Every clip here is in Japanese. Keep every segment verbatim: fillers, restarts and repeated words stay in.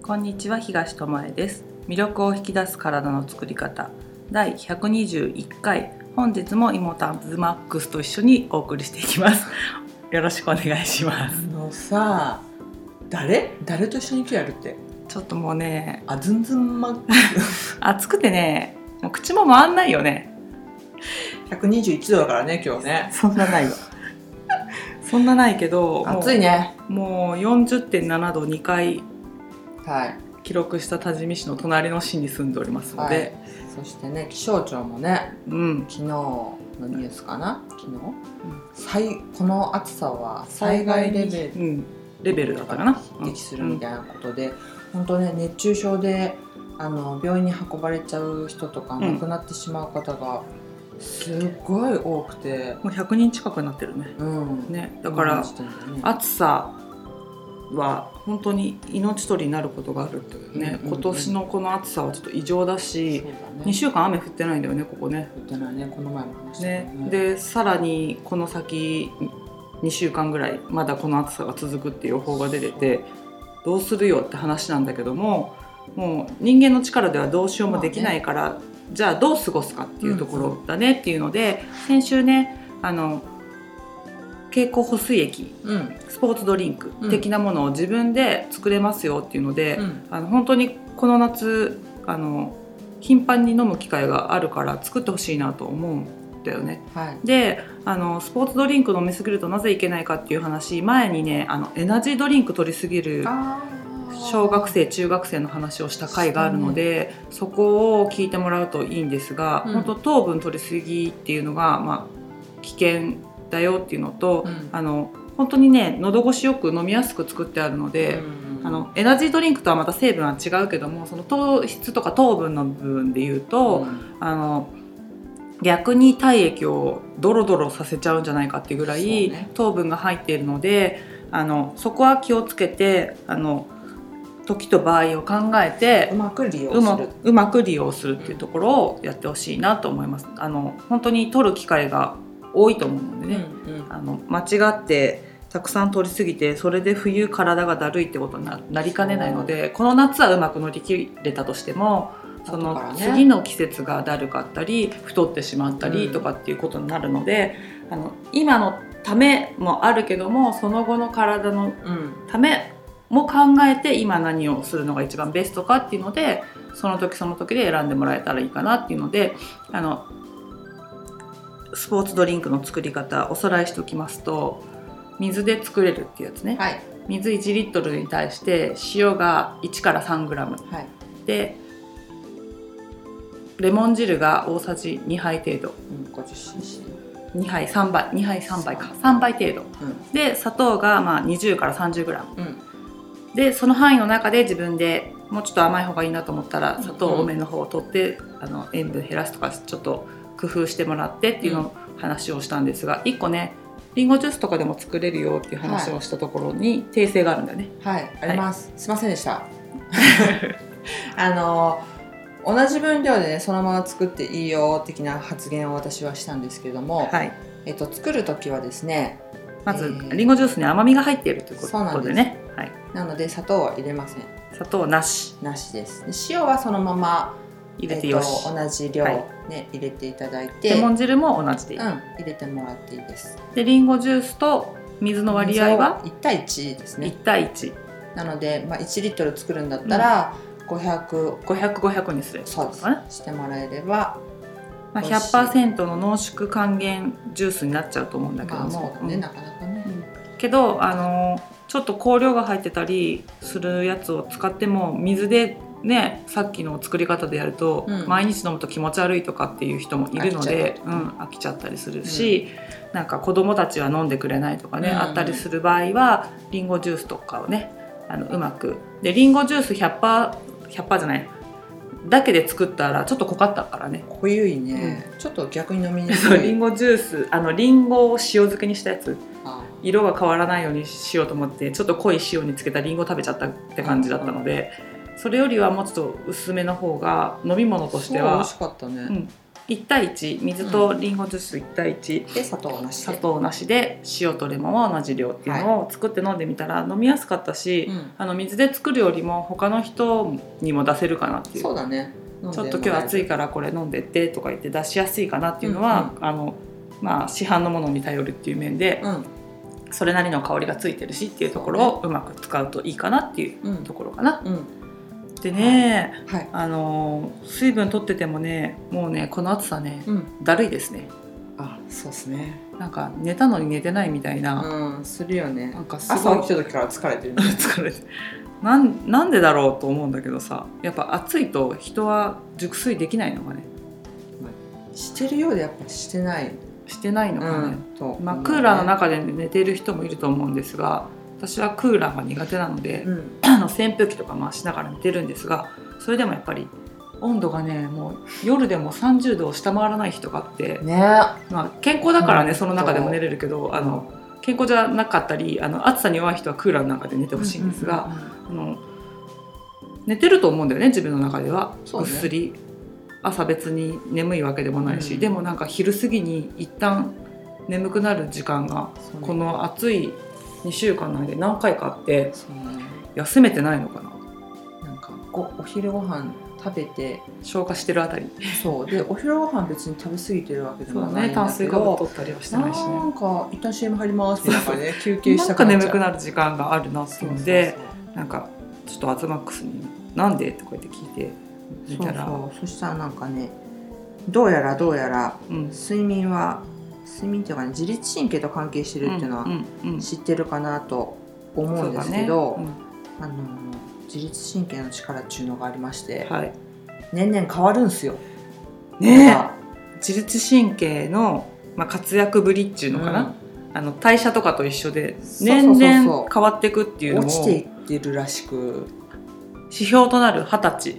こんにちは、東智恵です。魅力を引き出す体の作り方だいひゃくにじゅういっかい、本日もイモタンズマックスと一緒にお送りしていきます。よろしくお願いします。 あのさ、誰誰と一緒に今日やるって。 ちょっともうね、 あずんずんマックス暑くてね、もう口も回んないよね。 ひゃくにじゅういちどだからね、今日ね。 そんなないわそんなないけど、 暑いね。 もう よんじゅってんななどにかいはい記録した多治見市の隣の市に住んでおりますので、はい、 そしてね、気象庁もね、うん、昨日のニュースかな、昨日、うん、最この暑さは災害レベル、うん、 レベルだったかな、 匹敵するみたいなことで、うん、本当ね、熱中症であの病院に運ばれちゃう人とか、亡くなってしまう方がすごい多くて、 もうひゃくにん近くになってるね、うんね、だから、ね、暑さは本当に命取りになることがあるっていうね、うんうんうん、今年のこの暑さはちょっと異常だし、そうだね、にしゅうかん雨降ってないんだよね、ここね。 降ってないね、この前も話したね。ねでさらにこの先にしゅうかんぐらいまだこの暑さが続くっていう予報が出てて、どうするよって話なんだけども、もう人間の力ではどうしようもできないから、まあね、じゃあどう過ごすかっていうところだねっていうので、うん、先週ね、あの経口補水液、うん、スポーツドリンク的なものを自分で作れますよっていうので、うん、あの本当にこの夏あの頻繁に飲む機会があるから作ってほしいなと思うんだよね、はい、であのスポーツドリンク飲みすぎるとなぜいけないかっていう話、前にね、あのエナジードリンク取りすぎる小学生中学生の話をした回があるので、 そ,、ね、そこを聞いてもらうといいんですが、うん、本当糖分取りすぎっていうのが、まあ、危険だよっていうのと、うん、あの本当にね、喉越しよく飲みやすく作ってあるので、うん、あのエナジードリンクとはまた成分は違うけども、その糖質とか糖分の部分でいうと、うん、あの逆に体液をドロドロさせちゃうんじゃないかっていうぐらい糖分が入っているので、あのそこは気をつけて、あの時と場合を考えてうまく利用する、うま、 うまく利用するっていうところをやってほしいなと思います。あの本当に取る機会が多いと思うのでね、うんうん、あの間違ってたくさん取りすぎて、それで冬体がだるいってことに な, なりかねないので、この夏はうまく乗り切れたとしても、その次の季節がだるかったり太ってしまったりとかっていうことになるので、うん、あの今のためもあるけども、その後の体のためも考えて、今何をするのが一番ベストかっていうので、その時その時で選んでもらえたらいいかなっていうので、あのスポーツドリンクの作り方おさらいしておきますと、水で作れるっていうやつね、はい、水いちリットルに対して塩がいちからさんグラム、はい、でレモン汁が大さじにはい程度、 うん、ごじゅっシーシー、 にはいさんばいにはいさんばいかさんばい程度、うん、で砂糖がまあにじゅうからさんじゅうグラム、うん、でその範囲の中で自分でもうちょっと甘い方がいいなと思ったら砂糖多めの方を取って、うん、あの塩分減らすとかちょっと工夫してもらってっていうのを話をしたんですが、いっこね、リンゴジュースとかでも作れるよっていう話をしたところに訂正があるんだよね。 はい、はい、あります、はい、すいませんでしたあの同じ分量でね、そのまま作っていいよ的な発言を私はしたんですけれども、はい、えっと、作るときはですね、 まず、えー、リンゴジュースに甘みが入っているということでね、 はい、なので砂糖は入れません。 砂糖なしなしです。で、塩はそのまま入れてよし、 えー、と同じ量、ね、はい、入れていただいて、 レモン汁も同じでいい、うん、 入れてもらっていいです。 でリンゴジュースと水の割合はいちたいいちですね。 いちたいいちなので、まあ、いちリットル作るんだったら、うん、ごひゃく、 ごひゃく、ごひゃくにする、 そうですね、してもらえれば、 まあ、ひゃくパーセント の濃縮還元ジュースになっちゃうと思うんだけども、まあ、 そうだね、うん、なかなかね、うん、 けどあのちょっと香料が入ってたりするやつを使っても、水でね、さっきの作り方でやると、うん、毎日飲むと気持ち悪いとかっていう人もいるので、飽きちゃ、うん、飽きちゃったりするし、うん、なんか子供たちは飲んでくれないとかね、うん、あったりする場合はリンゴジュースとかをね、あのうまくで、リンゴジュース ひゃくパーセント ひゃくパーセント じゃないだけで作ったらちょっと濃かったからね、 濃ゆいね、うん、ちょっと逆に飲みにくい。 リンゴジュース、あのリンゴを塩漬けにしたやつ、色が変わらないようにしようと思ってちょっと濃い塩につけたリンゴ食べちゃったって感じだったので、それよりはもうちょっと薄めの方が飲み物としては美味しかったね、うん、 いち対いち、水とリンゴジュースいち対いち、 うん、で砂糖なしで砂糖なしで塩とレモンは同じ量っていうのを作って飲んでみたら飲みやすかったし、はい、あの水で作るよりも他の人にも出せるかなっていう。 そうだね。 ちょっと今日暑いからこれ飲んでってとか言って出しやすいかなっていうのは、うんうん、あのまあ、市販のものに頼るっていう面で、うん、それなりの香りがついてるしっていうところをうまく使うといいかなっていうところかな、うんうん、でね、はいはい、あの水分取っててもねもうねこの暑さね、うん、だるいですね。 あ、そうですね。 なんか寝たのに寝てないみたいな、 うん、するよね。なんかすごい朝起きた時から疲れてる、ね、 疲れてるなん、なんでだろうと思うんだけどさ、やっぱ暑いと人は熟睡できないのがね、 まあ、してるようでやっぱしてないしてないのかね、うん、まあ、クーラーの中で寝ている人もいると思うんですが、私はクーラーが苦手なので、うん、あの扇風機とか回しながら寝てるんですが、それでもやっぱり温度がねもう夜でもさんじゅうどを下回らない日とかあって、ね、まあ、健康だからね、うん、その中でも寝れるけど、あの健康じゃなかったりあの暑さに弱い人はクーラーの中で寝てほしいんですが、あの寝てると思うんだよね自分の中では。ぐっすり朝別に眠いわけでもないし、うん、でもなんか昼過ぎに一旦眠くなる時間がこの暑いにしゅうかんの間で何回かあって、休めてないのかな。 なんかお昼ご飯食べて消化してるあたり、 そうでお昼ご飯別に食べ過ぎてるわけでもないんだけど、 炭水化物取ったりはしてないしね、 なんか一旦 シーエム 入りますみたいな感じで休憩したくなっちゃう、なんか眠くなる時間があるなっていうので、そうそうそう、なんかちょっとアズマックスになんでとか言って聞いてみたら、 そうそう、そしたらなんかね、どうやらどうやら、うん、睡眠は睡眠っていうかね、自律神経と関係してるっていうのは知ってるかなと思うんですけど、ね、うん、あの自律神経の力っていうのがありまして、はい、年々変わるんですよ。 ね、自律神経の、まあ、活躍ぶりっていうのかな、うん、あの代謝とかと一緒で年々変わっていくっていうのを、 落ちていってるらしく、 指標となるはたち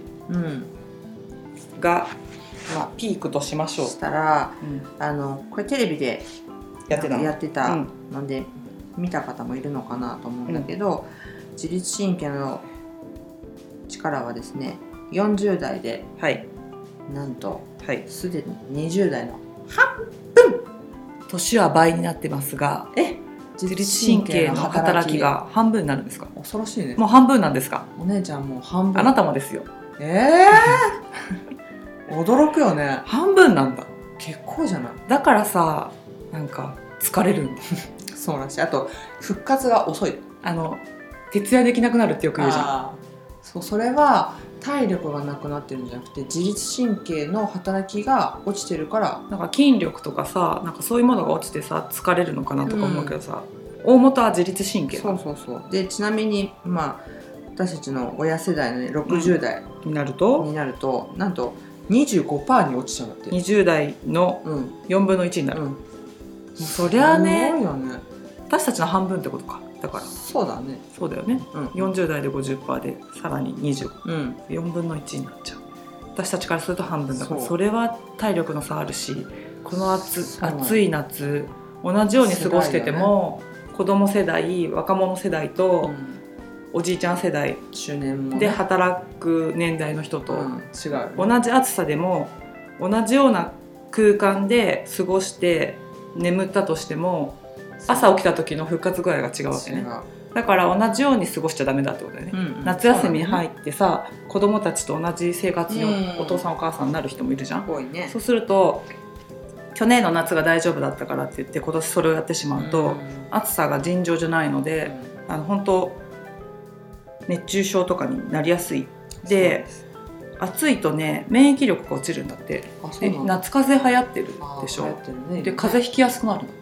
が、まあ、ピークとしましょう。 したら、うん、あのこれテレビでやってたやってたので、うん、見た方もいるのかなと思うんだけど、うん、自律神経の力はですね、よんじゅう代で、はい、なんとすで、はい、ににじゅう代の半分、 年は倍になってますが、え自律神経の働きが半分になるんですか。 恐ろしいね。 もう半分なんですか。 お姉ちゃんもう半分。 あなたもですよ。 えー、驚くよね。 半分なんだ。 結構じゃない。 だからさ、なんか疲れるんだそうらしい。あと復活が遅い。 あの徹夜できなくなるってよく言うじゃん。 そう、それは体力がなくなってるんじゃなくて、自律神経の働きが落ちてるから。 なんか筋力とかさ、なんかそういうものが落ちてさ疲れるのかなとか思うけどさ、うん、大元は自律神経。 そうそうそう。でちなみにまあ私たちの親世代の、ね、ろくじゅう代、 うん、になるとになるとなんと にじゅうごパーセント に落ちちゃうって。 にじゅう代のよんぶんのいちになる、うん、もうそりゃあね、 すごいよね。 私たちの半分ってことか。だからそうだね。 そうだよね、うん、よんじゅう代で ごじゅっパーセント でさらににじゅう、うん、よんぶんのいちになっちゃう。私たちからすると半分だから、 そ, それは体力の差あるし、この 暑, 暑い夏同じように過ごしてても、ね、子供世代、若者世代と、うん、おじいちゃん世代で働く年代の人と、うん、違う、ね、同じ暑さでも同じような空間で過ごして眠ったとしても朝起きた時の復活具合が違うわけね。だから同じように過ごしちゃダメだってことだよね、うんうん、夏休みに入ってさ、子供たちと同じ生活にお父さんお母さんになる人もいるじゃん、 多いね。 そうすると去年の夏が大丈夫だったからって言って今年それをやってしまうと、うん、暑さが尋常じゃないので、うん、あの本当熱中症とかになりやすい。で暑いとね免疫力が落ちるんだって。で夏風邪流行ってるでしょ、ね、で風邪ひきやすくなるんだって。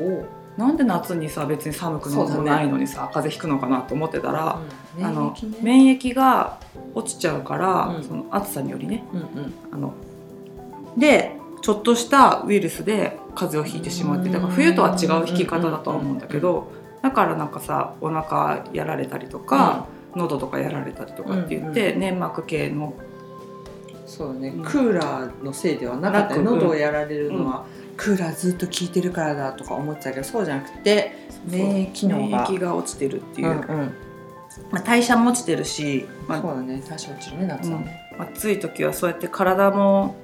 おなんで夏にさ別に寒くもないのにさ、ね、風邪ひくのかなと思ってたら、うん、あの免疫ね、免疫が落ちちゃうから、うん、その暑さによりね、うんうん、あのでちょっとしたウイルスで風邪をひいてしまうって、だから冬とは違うひき方だとは思うんだけど、だからなんかさお腹やられたりとか、うん、喉とかやられたりとかって言って、うんうん、粘膜系のそうね、クーラーのせいではなかったり、喉をやられるのは、うん、クーラーずっと効いてるからだとか思ってたけど、そうじゃなくて免疫機能が免疫が落ちてるっていう、うんうん、まあ、代謝も落ちてるし、まあ、 そうだね、代謝落ちるね夏はね、 うん、暑い時はそうやって体も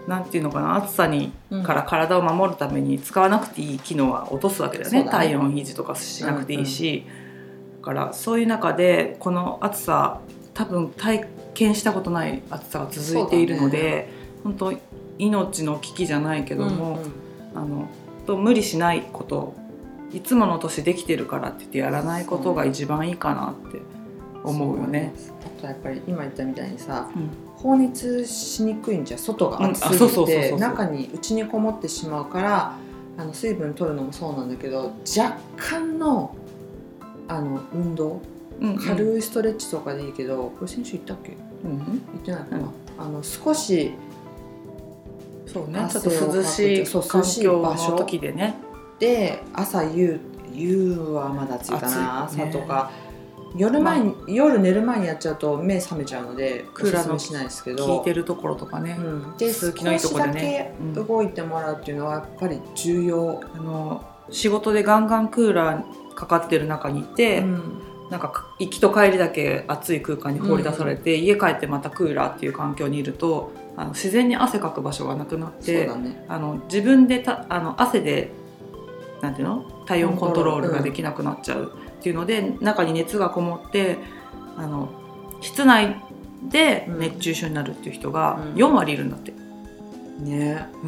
なんていうのかな、暑さにから体を守るために使わなくていい機能は落とすわけだよね。体温維持とかしなくていいし、うんうん、だからそういう中でこの暑さ多分体験したことない暑さが続いているので、ね、本当命の危機じゃないけども、うんうん、あのと無理しないこと、いつもの年できてるからって言ってやらないことが一番いいかなって思うよね。 あとやっぱり今言ったみたいにさ、うん、放熱しにくいんじゃ外が暑すぎて中に内にこもってしまうから、あの水分取るのもそうなんだけど、若干のあの運動、うんうん、軽いストレッチとかでいいけど、これ先週言ったっけ、うん、言ってないかな、うん、あの少しそうね、ちょっと涼しい環境の時でね、 で朝夕夕はまだ暑いかな、朝とか夜前に、まあ、夜寝る前にやっちゃうと目覚めちゃうのでクーラーのしないですけど、 効いてるところとかね、うん、で少しだけ動いてもらうっていうのはやっぱり重要、 あの仕事でガンガンクーラーかかってる中にいて、うん、なんか行きと帰りだけ暑い空間に放り出されて、うん、家帰ってまたクーラーっていう環境にいると、あの自然に汗かく場所がなくなって、そうだね、あの自分でたあの汗でなんていうの体温コントロールができなくなっちゃうっていうので、うん、中に熱がこもってあの室内で熱中症になるっていう人がよんわりいるんだって、 うんねうん、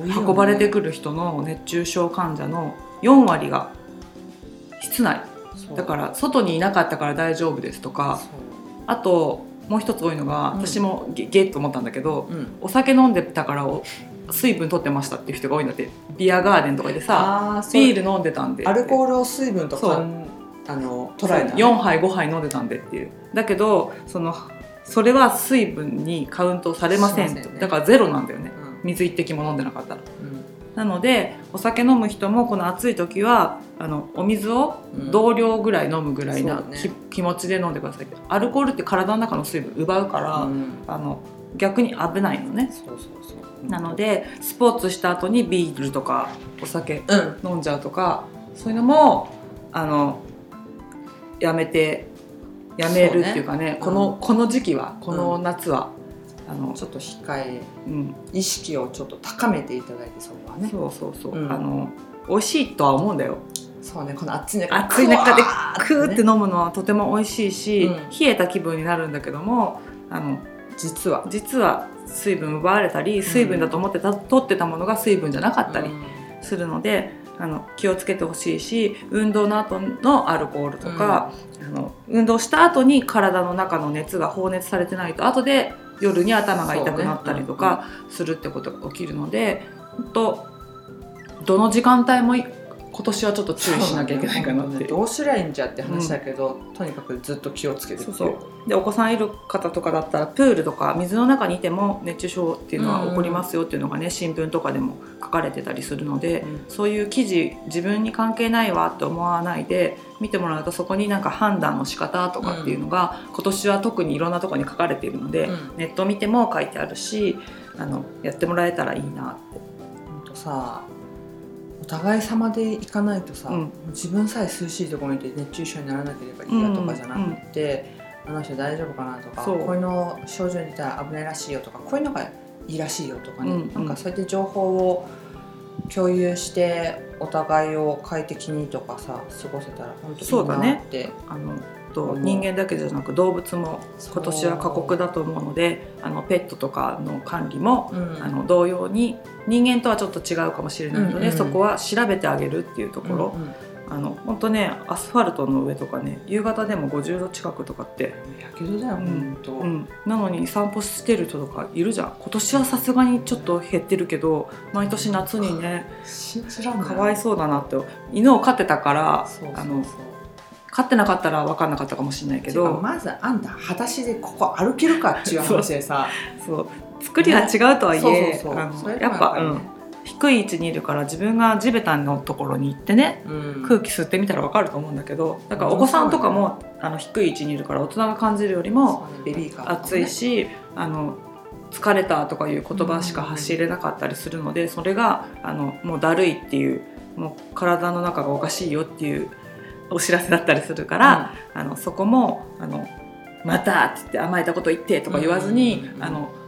運ばれてくる人の熱中症患者のよんわりが室内だから、外にいなかったから大丈夫ですとか、あともう一つ多いのが、うん、私もゲゲッと思ったんだけど、うん、お酒飲んでたから水分取ってましたっていう人が多いんだって。ビアガーデンとかでさ、ビール飲んでたんで、 アルコールを水分とかあの捉えた、ね、 よんはいごはい飲んでたんでっていう。だけどそのそれは水分にカウントされませんと、ね、だからゼロなんだよね、うん、水一滴も飲んでなかったら、うん、なのでお酒飲む人もこの暑い時はあのお水を同量ぐらい飲むぐらいな、うんね、気持ちで飲んでください。アルコールって体の中の水分奪うから、うん、あの逆に危ないのね。そうそうそう、なのでスポーツした後にビールとかお酒飲んじゃうとか、うん、そういうのもあのやめてやめるっていうか ね, ね、この、うん、この時期はこの夏は、 うん、あのちょっと控え、うん、意識をちょっと高めていただいて、そこはね、 そうそうそう、うん、あの美味しいとは思うんだよ。 そうね、この暑い中暑い中でクーって飲むのはとても美味しいし、うん、冷えた気分になるんだけども、あの実は実は水分奪われたり、水分だと思ってた、うん、取ってたものが水分じゃなかったりするので、うん、あの気をつけてほしいし、運動の後のアルコールとか、うん、あの運動した後に体の中の熱が放熱されてないと後で夜に頭が痛くなったりとかするってことが起きるので、本当どの時間帯も今年はちょっと注意しなきゃいけないかなって、ね、 どうすりゃいいんじゃって話だけど、うん、とにかくずっと気をつけてっていう。 そうそうで、お子さんいる方とかだったらプールとか水の中にいても熱中症っていうのは起こりますよっていうのがね、新聞とかでも書かれてたりするので、うん、そういう記事自分に関係ないわって思わないで見てもらうと、そこになんか判断の仕方とかっていうのが、うん、今年は特にいろんなところに書かれているので、うん、ネット見ても書いてあるし、あのやってもらえたらいいなって。 ほんとさ、お互い様で行かないとさ、うん、自分さえ涼しいところにいて熱中症にならなければいいやとかじゃなくて、うんうん、あの人大丈夫かなとか、こういうの症状に出たら危ないらしいよとか、こういうのがいいらしいよとかね、うんうん、なんかそうやって情報を共有してお互いを快適にとかさ過ごせたら本当にいいなって。 そうだね、あのと人間だけじゃなく動物も今年は過酷だと思うので、あのペットとかの管理も、うん、あの同様に人間とはちょっと違うかもしれないので、うんうん、そこは調べてあげるっていうところ、うんうん、あの本当ね、アスファルトの上とかね、夕方でもごじゅうど近くとかってやけどだよ、うん、本当、 うん、なのに散歩してる人とかいるじゃん。今年はさすがにちょっと減ってるけど、毎年夏にね、 信じらんない、 かわいそうだなって。犬を飼ってたから、そうそうそう、あの飼ってなかったら分かんなかったかもしれないけど、 まずあんた裸足でここ歩けるかっていう話でさそう作りは違うとはいえ、やっぱ、うん、低い位置にいるから自分が地べたのところに行ってね、うん、空気吸ってみたら分かると思うんだけど、だからお子さんとかも、ね、あの低い位置にいるから大人が感じるよりも暑いし、あの疲れたとかいう言葉しか発しれなかったりするので、それがあのもうだるいっていう、もう体の中がおかしいよっていうお知らせだったりするから、うん、あのそこもあのまたって言って甘えたこと言ってとか言わずに、うんうんうんうん、あの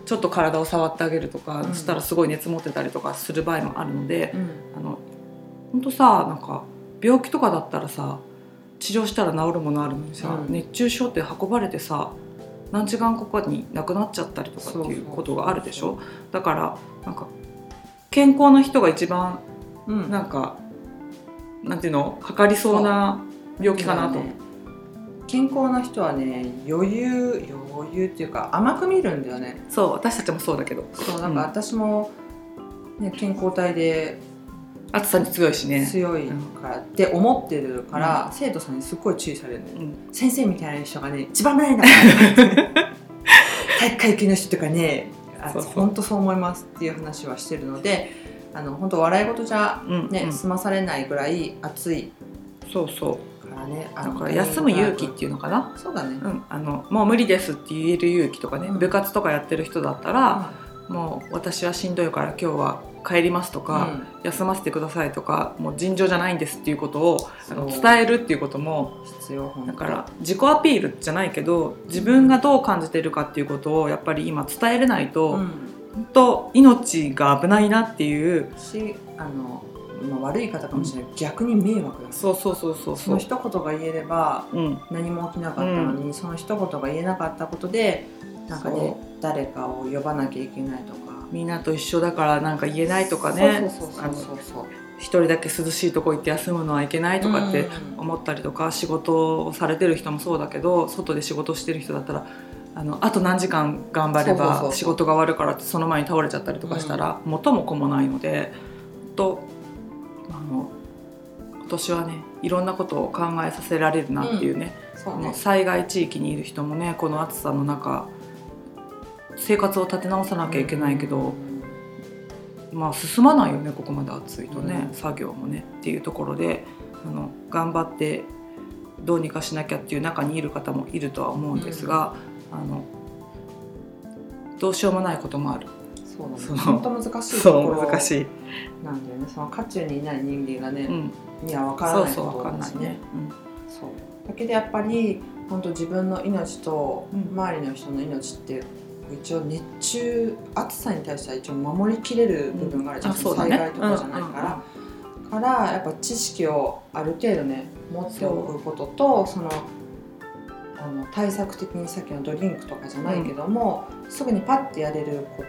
ちょっと体を触ってあげるとか、 うん、 したらすごい熱持ってたりとかする場合もあるので、 うん、 あのほんとさ、なんか病気とかだったらさ治療したら治るものあるのにさ、うん、熱中症って運ばれてさ何時間後かに亡くなっちゃったりとかっていうことがあるでしょ。だからなんか健康な人が一番なんか、うん、なんていうのかかりそうな病気かなと、ね、 健康な人はね余裕余裕っていうか甘く見るんだよね。 そう私たちもそうだけど、 そうなんか私も、ね、健康体で暑さに強いしね強いからって思ってるから、うん、生徒さんにすっごい注意されるんだよ、うん、先生みたいな人がね一番危ないんだから体育会系の人とかね本当そう思いますっていう話はしてるので、あの本当笑い事じゃ、ねうんうん、済まされないぐらい暑い。 そうそうからね、 だから休む勇気っていうのかな。 そうだね、 うん、あのもう無理ですって言える勇気とかね、うん、部活とかやってる人だったら、うん、もう私はしんどいから今日は帰りますとか、うん、休ませてくださいとか、もう尋常じゃないんですっていうことをあの伝えるっていうことも必要。 だから自己アピールじゃないけど自分がどう感じてるかっていうことをやっぱり今伝えれないと、うん、本当命が危ないなっていうし、あのまあ、悪い方かもしれない、うん、逆に迷惑だ。 そうそうそうそうその一言が言えれば、うん、何も起きなかったのに、うん、その一言が言えなかったことでなんかね誰かを呼ばなきゃいけないとか、 みんなと一緒だからなんか言えないとかね、一人だけ涼しいとこ行って休むのはいけないとかって思ったりとか、うん、仕事をされてる人もそうだけど外で仕事してる人だったらあのあと何時間頑張れば仕事が終わるからってその前に倒れちゃったりとかしたら、うん、元も子もないのでとあの今年はねいろんなことを考えさせられるなっていうね、うん、そうね、災害地域にいる人もねこの暑さの中生活を立て直さなきゃいけないけど、うん、まあ進まないよねここまで暑いとね、うん、作業もねっていうところであの頑張ってどうにかしなきゃっていう中にいる方もいるとは思うんですが、うん、あのどうしようもないこともある。 そうなんです。本当難しいところ難しいなんだよね。その渦中にいない人間がね、うん、には分からないことなんですね。そうだけどやっぱり本当自分の命と周りの人の命って一応熱中暑さに対しては一応守りきれる部分があるじゃん、うん、災害とかじゃないから、うんうん、からやっぱ知識をある程度ね持っておくことと、そのあの対策的にさっきのドリンクとかじゃないけども、うん、すぐにパッてやれること、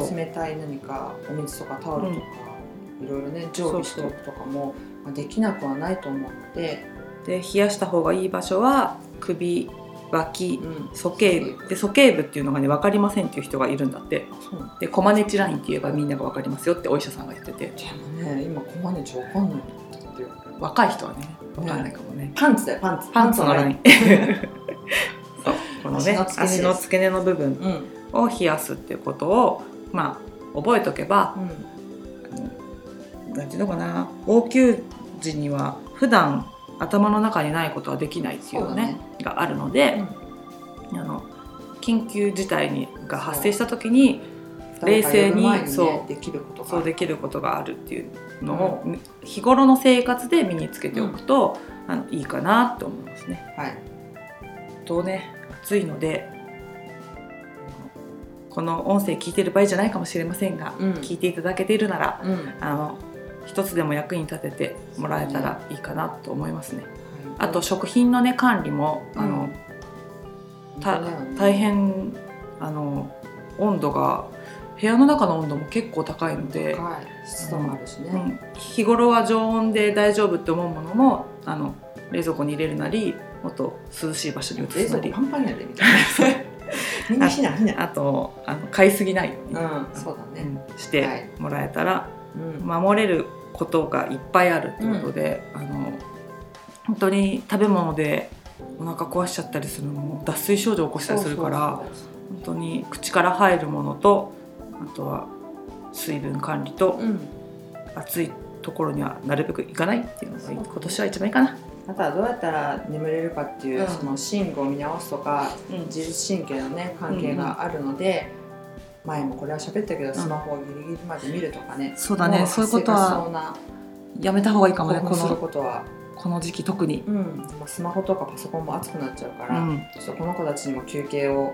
冷たい何かお水とかタオルとか、うん、いろいろね常備しておくとかもまあ、できなくはないと思うので、 で冷やした方がいい場所は首、脇、うん、鼠径部で鼠径部っていうのがね分かりませんっていう人がいるんだって。でコマネチラインって言えばみんなが分かりますよってお医者さんが言ってて、 でもね今コマネチ分かんないって若い人はね分かんないかもね。 パンツだよパンツパンツのラインそうこのね足の付け根の部分を冷やすっていうことを、まあ覚えとけば、うん、なんていうのかな、応急時には普段頭の中にないことはできないっていうのね、ねがあるので、うん、あの緊急事態にが発生した時に冷静に、ね、そうできることがそうできることがあるっていうのを、うん、日頃の生活で身につけておくと、うん、あのいいかなと思いますね。 はい。 とね暑いのでこの音声聞いてる場合じゃないかもしれませんが、うん、聞いていただけているなら、うん、あの一つでも役に立ててもらえたらいいかなと思いますね。あと食品のね管理もあの、うん、た大変あの温度が部屋の中の温度も結構高いので、 高い湿度もあるしね、うん、 日頃は常温で大丈夫って思うものもあの冷蔵庫に入れるなりもっと涼しい場所に移すなり、 冷蔵庫パンパンやでみたいなみんな避難避難あ, あとあの買いすぎないように、 うん、そうだね、 うん、してもらえたら、はい、守れることがいっぱいあるってことで、うん、あの本当に食べ物でお腹壊しちゃったりするのも脱水症状を起こしたりするから、本当に口から入るものとあとは水分管理と、うん、暑いところにはなるべく行かないっていうのが今年は一番いいかな。 あとはどうやったら眠れるかっていう、うん、その寝具を見直すとか、うん、自律神経のね関係があるので、うんうん、前もこれは喋ったけどスマホをギリギリまで見るとかね、うん、 そうだね、そういうことはやめた方がいいかもね。 このことはこの時期特に、 うん、スマホとかパソコンも熱くなっちゃうから、うん、ちょっとこの子たちにも休憩を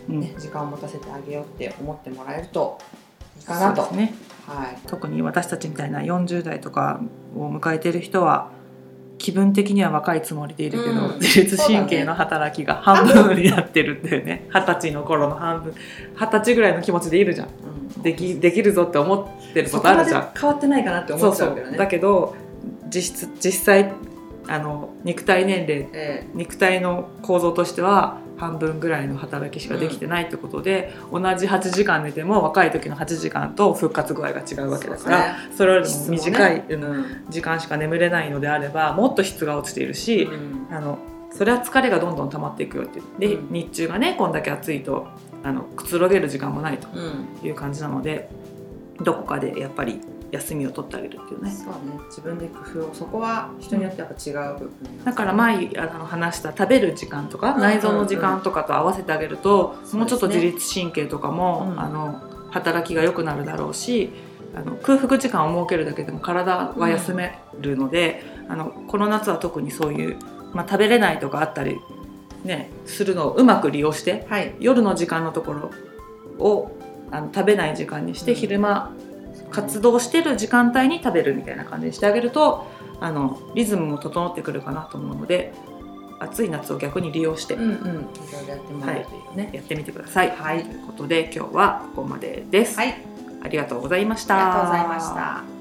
ね、うん、時間を持たせてあげようって思ってもらえるといいかなと。 そうですね、はい、特に私たちみたいなよんじゅう代とかを迎えている人は気分的には若いつもりでいるけど、うん、自律神経の働きが半分になってるっていうね、二十歳の頃の半分、二十歳ぐらいの気持ちでいるじゃん、うん、でき、できるぞって思ってることあるじゃん。 そこまで変わってないかなって思っちゃうけどね。 そうそう、だけど実質実際あの肉体年齢、えー、肉体の構造としては半分ぐらいの働きしかできてないってことで、うん、同じはちじかん寝ても若い時のはちじかんと復活具合が違うわけだから、そ, ね、それよりも短い、ね、うん、時間しか眠れないのであればもっと質が落ちているし、うん、あのそれは疲れがどんどん溜まっていくよってで、うん、日中がねこんだけ暑いとあのくつろげる時間もないという感じなので、うん、どこかでやっぱり休みを取ってあげるっていうね。 そうね、自分で工夫を、そこは人によってやっぱ違う部分、 うん、だから前あの話した食べる時間とか、うん、内臓の時間とかと合わせてあげると、うん、もうちょっと自律神経とかも、うん、あの働きが良くなるだろうし、あの空腹時間を設けるだけでも体は休めるので、うん、あのこの夏は特にそういう、まあ、食べれないとかあったり、ね、するのをうまく利用して、はい、夜の時間のところをあの食べない時間にして、うん、昼間活動してる時間帯に食べるみたいな感じにしてあげると、あのリズムも整ってくるかなと思うので、暑い夏を逆に利用して、うんうん、いろいろやってもらえるといいよね、はい、やってみてください、はい、ということで今日はここまでです、はい、ありがとうございました。 ありがとうございました。